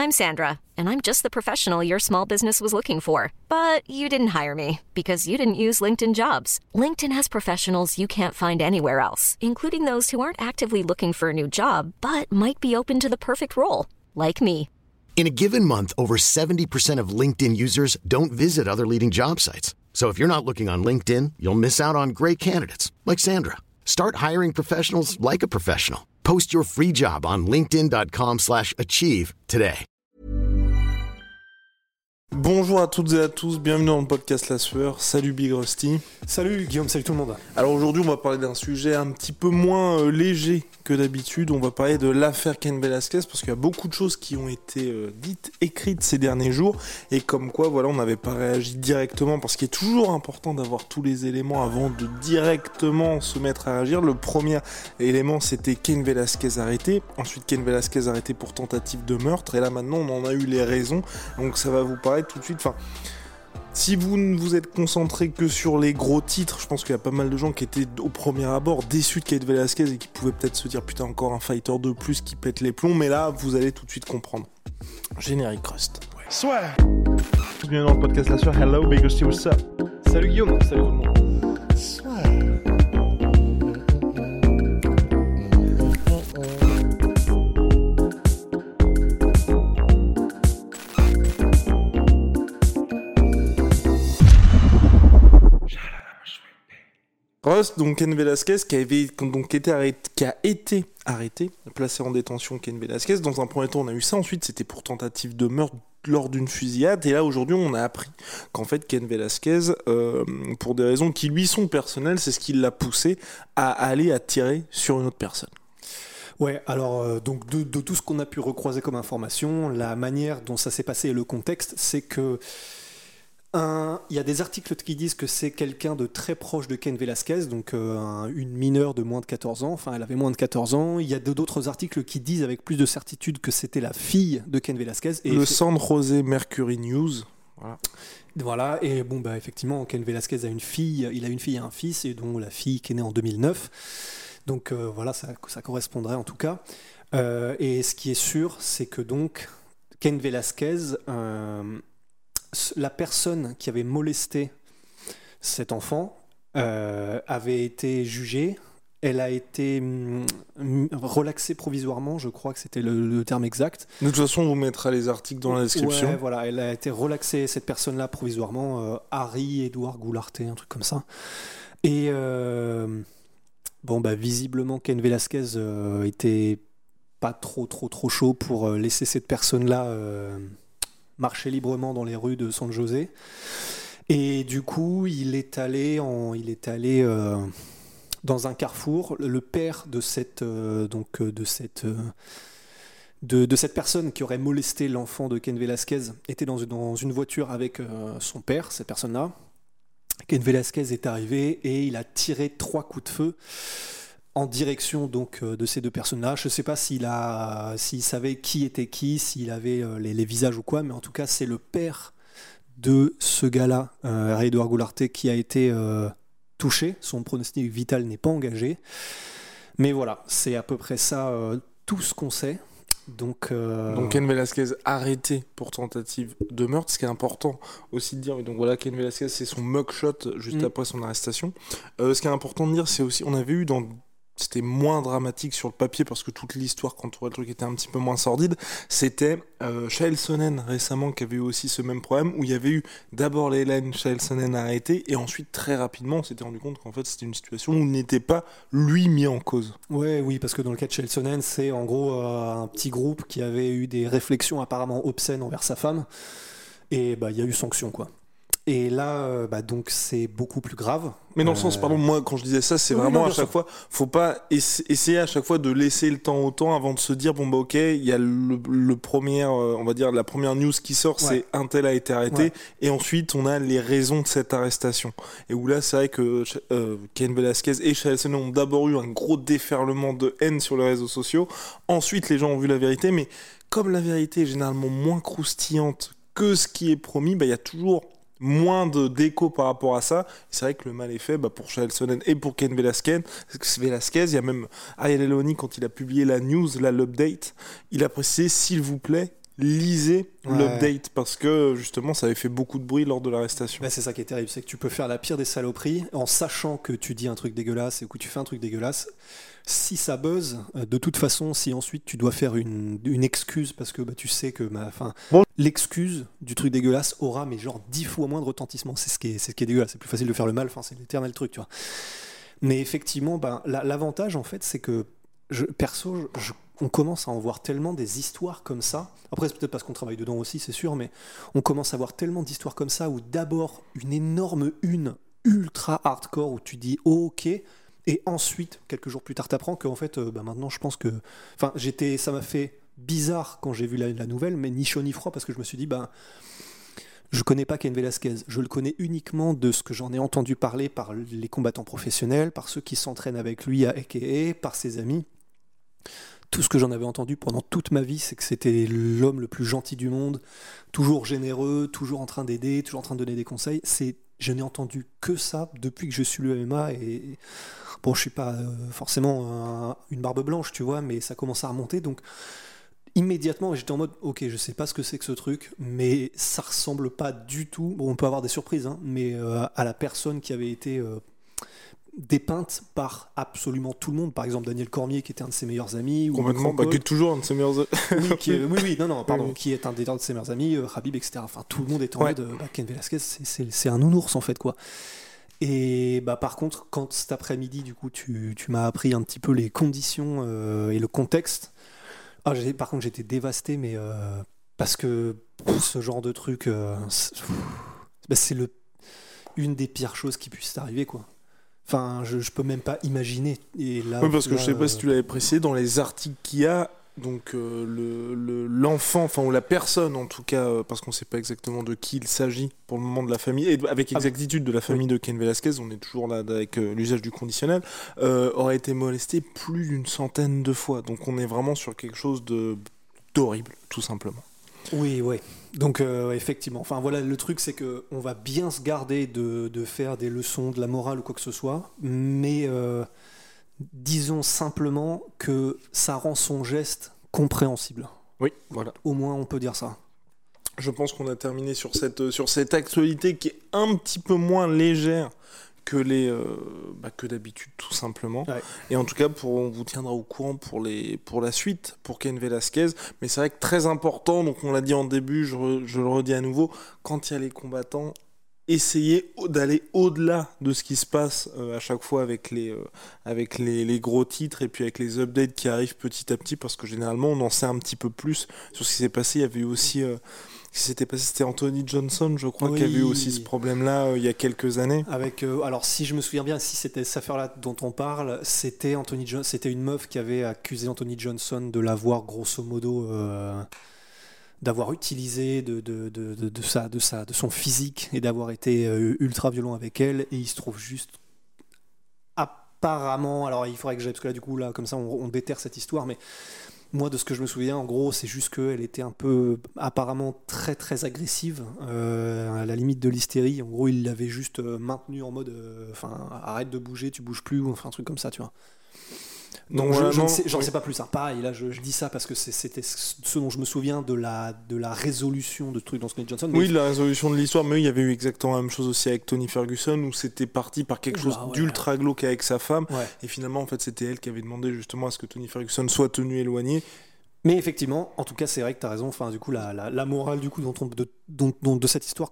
I'm Sandra, and I'm just the professional your small business was looking for. But you didn't hire me because you didn't use LinkedIn Jobs. LinkedIn has professionals you can't find anywhere else, including those who aren't actively looking for a new job, but might be open to the perfect role, like me. In a given month, over 70% of LinkedIn users don't visit other leading job sites. So if you're not looking on LinkedIn, you'll miss out on great candidates like Sandra. Start hiring professionals like a professional. Post your free job on linkedin.com/achieve today. Bonjour à toutes et à tous, bienvenue dans le podcast La Sueur. Salut Big Rusty. Salut Guillaume, salut tout le monde. Alors aujourd'hui on va parler d'un sujet un petit peu moins léger que d'habitude. On va parler de l'affaire Cain Velasquez parce qu'il y a beaucoup de choses qui ont été dites, écrites ces derniers jours, et comme quoi voilà, on n'avait pas réagi directement parce qu'il est toujours important d'avoir tous les éléments avant de directement se mettre à réagir. Le premier élément c'était Cain Velasquez arrêté, ensuite Cain Velasquez arrêté pour tentative de meurtre, et là maintenant on en a eu les raisons, donc ça va vous paraître tout de suite, si vous ne vous êtes concentré que sur les gros titres, je pense qu'il y a pas mal de gens qui étaient au premier abord déçus de Cain Velasquez et qui pouvaient peut-être se dire putain, encore un fighter de plus qui pète les plombs, mais là vous allez tout de suite comprendre. Générique Rust. Ouais. Soit. Bienvenue dans le podcast La Sueur. Hello Big Rusty, what's up? Salut Guillaume, salut tout le monde. Soit. Rust, donc Cain Velasquez, qui a été arrêté, placé en détention. Cain Velasquez, dans un premier temps on a eu ça, ensuite c'était pour tentative de meurtre lors d'une fusillade, et là aujourd'hui on a appris qu'en fait Cain Velasquez, pour des raisons qui lui sont personnelles, c'est ce qui l'a poussé à aller à tirer sur une autre personne. Ouais, alors donc de tout ce qu'on a pu recroiser comme information, la manière dont ça s'est passé et le contexte, c'est que il y a des articles qui disent que c'est quelqu'un de très proche de Cain Velasquez, donc une mineure de moins de 14 ans, enfin elle avait moins de 14 ans. Il y a d'autres articles qui disent avec plus de certitude que c'était la fille de Cain Velasquez. Et le San Jose Mercury News. Voilà, et bon bah effectivement Cain Velasquez a une fille, il a une fille et un fils, et dont la fille qui est née en 2009. Donc voilà, ça correspondrait en tout cas. Et ce qui est sûr, c'est que donc Cain Velasquez, la personne qui avait molesté cet enfant avait été jugée. Elle a été relaxée provisoirement, je crois que c'était le terme exact. De toute façon, on vous mettra les articles dans la description. Ouais, voilà, elle a été relaxée, cette personne-là, provisoirement. Harry Edouard Goularté, un truc comme ça. Et visiblement, Cain Velasquez était pas trop chaud pour laisser cette personne-là marcher librement dans les rues de San José, et du coup il est allé dans un carrefour. Le père de cette personne qui aurait molesté l'enfant de Cain Velasquez était dans une voiture avec son père, cette personne-là. Cain Velasquez est arrivé et il a tiré 3 coups de feu en direction donc de ces deux personnes-là. Je ne sais pas s'il savait qui était qui, s'il avait les visages ou quoi, mais en tout cas c'est le père de ce gars-là, Edouard Goularté, qui a été touché. Son pronostic vital n'est pas engagé. Mais voilà, c'est à peu près ça tout ce qu'on sait. Donc Cain Velasquez arrêté pour tentative de meurtre, ce qui est important aussi de dire. Donc voilà, Cain Velasquez, c'est son mugshot juste après son arrestation. Ce qui est important de dire, c'est aussi, on avait eu c'était moins dramatique sur le papier parce que toute l'histoire quand on le truc était un petit peu moins sordide. C'était Chael Sonnen récemment qui avait eu aussi ce même problème, où il y avait eu d'abord Leila Chael Sonnen arrêté, et ensuite très rapidement on s'était rendu compte qu'en fait c'était une situation où il n'était pas lui mis en cause. Oui, parce que dans le cas de Chael Sonnen, c'est en gros un petit groupe qui avait eu des réflexions apparemment obscènes envers sa femme, et il y a eu sanction quoi. Et là, donc c'est beaucoup plus grave. Mais dans le sens, pardon, moi quand je disais ça, c'est vraiment à chaque fois, faut pas essayer à chaque fois de laisser le temps au temps avant de se dire ok, il y a le premier, on va dire la première news qui sort, c'est un tel a été arrêté, et ensuite on a les raisons de cette arrestation. Et où là, c'est vrai que Cain Velasquez et Chael Sonnen ont d'abord eu un gros déferlement de haine sur les réseaux sociaux. Ensuite, les gens ont vu la vérité, mais comme la vérité est généralement moins croustillante que ce qui est promis, il y a toujours moins d'écho par rapport à ça. C'est vrai que le mal est fait pour Chael Sonnen et pour Cain Velasquez. Il y a même Ariel Helwani, quand il a publié la news, l'update, il a précisé, s'il vous plaît, lisez l'update parce que justement ça avait fait beaucoup de bruit lors de l'arrestation. Bah, c'est ça qui est terrible, c'est que tu peux faire la pire des saloperies en sachant que tu dis un truc dégueulasse et que tu fais un truc dégueulasse. Si ça buzz, de toute façon, si ensuite tu dois faire une excuse parce que tu sais que l'excuse du truc dégueulasse aura mais genre 10 fois moins de retentissement. C'est ce qui est dégueulasse. C'est plus facile de faire le mal. C'est l'éternel truc, tu vois. Mais effectivement, l'avantage en fait, c'est que on commence à en voir tellement des histoires comme ça. Après, c'est peut-être parce qu'on travaille dedans aussi, c'est sûr, mais on commence à voir tellement d'histoires comme ça où d'abord une énorme ultra hardcore où tu dis oh, ok, et ensuite quelques jours plus tard t'apprends qu'en fait maintenant je pense que, ça m'a fait bizarre quand j'ai vu la nouvelle, mais ni chaud ni froid parce que je me suis dit je connais pas Cain Velasquez, je le connais uniquement de ce que j'en ai entendu parler par les combattants professionnels, par ceux qui s'entraînent avec lui à AKA, par ses amis. Tout ce que j'en avais entendu pendant toute ma vie, c'est que c'était l'homme le plus gentil du monde, toujours généreux, toujours en train d'aider, toujours en train de donner des conseils. Je n'ai entendu que ça depuis que je suis le MMA et bon, je suis pas forcément une barbe blanche, tu vois, mais ça commence à remonter, donc immédiatement j'étais en mode ok, je sais pas ce que c'est que ce truc, mais ça ressemble pas du tout. Bon, on peut avoir des surprises, mais à la personne qui avait été dépeinte par absolument tout le monde, par exemple Daniel Cormier qui était un de ses meilleurs amis, complètement, qui est toujours un de ses meilleurs amis. qui est un des de ses meilleurs amis, Khabib, etc. Enfin, tout le monde est en mode Cain Velasquez, c'est un nounours en fait, quoi. Et par contre, quand cet après-midi, du coup, tu m'as appris un petit peu les conditions et le contexte, par contre, j'étais dévasté, mais parce que ce genre de truc, c'est une des pires choses qui puissent arriver, quoi. Enfin, je peux même pas imaginer. Et là, parce que je sais pas si tu l'avais précisé dans les articles qu'il y a. Donc l'enfant, ou la personne en tout cas, parce qu'on ne sait pas exactement de qui il s'agit pour le moment de la famille, et avec exactitude de la famille de Cain Velasquez, on est toujours là avec l'usage du conditionnel, aurait été molesté plus d'une centaine de fois. Donc on est vraiment sur quelque chose d'horrible, tout simplement. Oui. Donc effectivement, voilà, le truc c'est que on va bien se garder de faire des leçons de la morale ou quoi que ce soit, mais disons simplement que ça rend son geste compréhensible. Oui, voilà. Au moins on peut dire ça. Je pense qu'on a terminé sur cette actualité qui est un petit peu moins légère que d'habitude, tout simplement. Ouais. Et en tout cas, on vous tiendra au courant pour la suite, pour Cain Velasquez. Mais c'est vrai que très important, donc on l'a dit en début, je le redis à nouveau, quand il y a les combattants, essayez d'aller au-delà de ce qui se passe à chaque fois avec les gros titres et puis avec les updates qui arrivent petit à petit, parce que généralement on en sait un petit peu plus sur ce qui s'est passé. Il y avait eu aussi c'était Anthony Johnson, je crois, qui avait eu aussi ce problème-là il y a quelques années. Avec alors si je me souviens bien, si c'était cette affaire-là dont on parle, c'était une meuf qui avait accusé Anthony Johnson de l'avoir grosso modo d'avoir utilisé de son physique et d'avoir été ultra violent avec elle, et il se trouve juste apparemment, alors il faudrait que j'aille, parce que là du coup là comme ça on déterre cette histoire, mais moi de ce que je me souviens en gros c'est juste qu'elle était un peu apparemment très très agressive, à la limite de l'hystérie. En gros il l'avait juste maintenu en mode arrête de bouger, tu bouges plus, ou un truc comme ça, tu vois. Donc j'en sais pas plus. Pareil, là je dis ça parce que c'était ce dont je me souviens de la résolution de ce truc dans Anthony Johnson. Oui, la résolution de l'histoire, mais il y avait eu exactement la même chose aussi avec Tony Ferguson, où c'était parti par quelque chose d'ultra glauque avec sa femme, et finalement en fait c'était elle qui avait demandé justement à ce que Tony Ferguson soit tenu éloigné. Mais effectivement, en tout cas, c'est vrai que tu as raison. Du coup, la morale du coup de cette histoire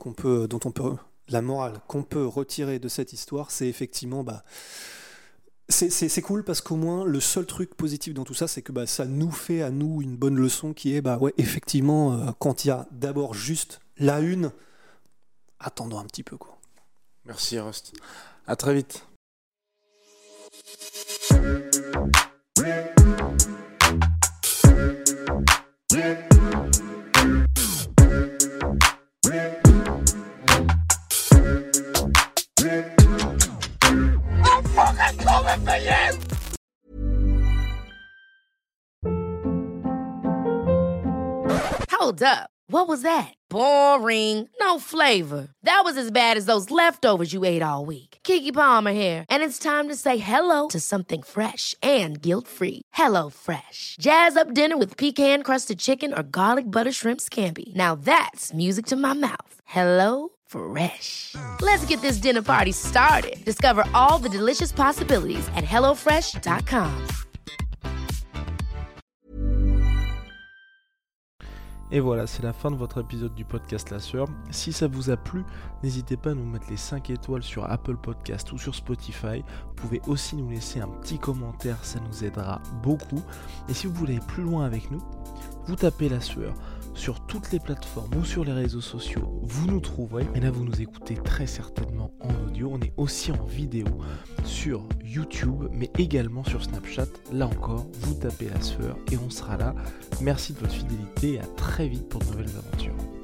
la morale qu'on peut retirer de cette histoire, c'est effectivement c'est cool, parce qu'au moins le seul truc positif dans tout ça, c'est que ça nous fait à nous une bonne leçon qui est effectivement quand il y a d'abord juste la une, attendons un petit peu, quoi. Merci Rust. À très vite. Hold up. What was that? Boring. No flavor. That was as bad as those leftovers you ate all week. Keke Palmer here, and it's time to say hello to something fresh and guilt-free. Hello Fresh. Jazz up dinner with pecan-crusted chicken or garlic butter shrimp scampi. Now that's music to my mouth. Hello Fresh. Let's get this dinner party started. Discover all the delicious possibilities at hellofresh.com. Et voilà, c'est la fin de votre épisode du podcast La Sueur. Si ça vous a plu, n'hésitez pas à nous mettre les 5 étoiles sur Apple Podcast ou sur Spotify. Vous pouvez aussi nous laisser un petit commentaire, ça nous aidera beaucoup. Et si vous voulez aller plus loin avec nous, vous tapez La Sueur sur toutes les plateformes ou sur les réseaux sociaux, vous nous trouverez. Et là, vous nous écoutez très certainement en audio. On est aussi en vidéo sur YouTube, mais également sur Snapchat. Là encore, vous tapez La Sueur et on sera là. Merci de votre fidélité et à très vite pour de nouvelles aventures.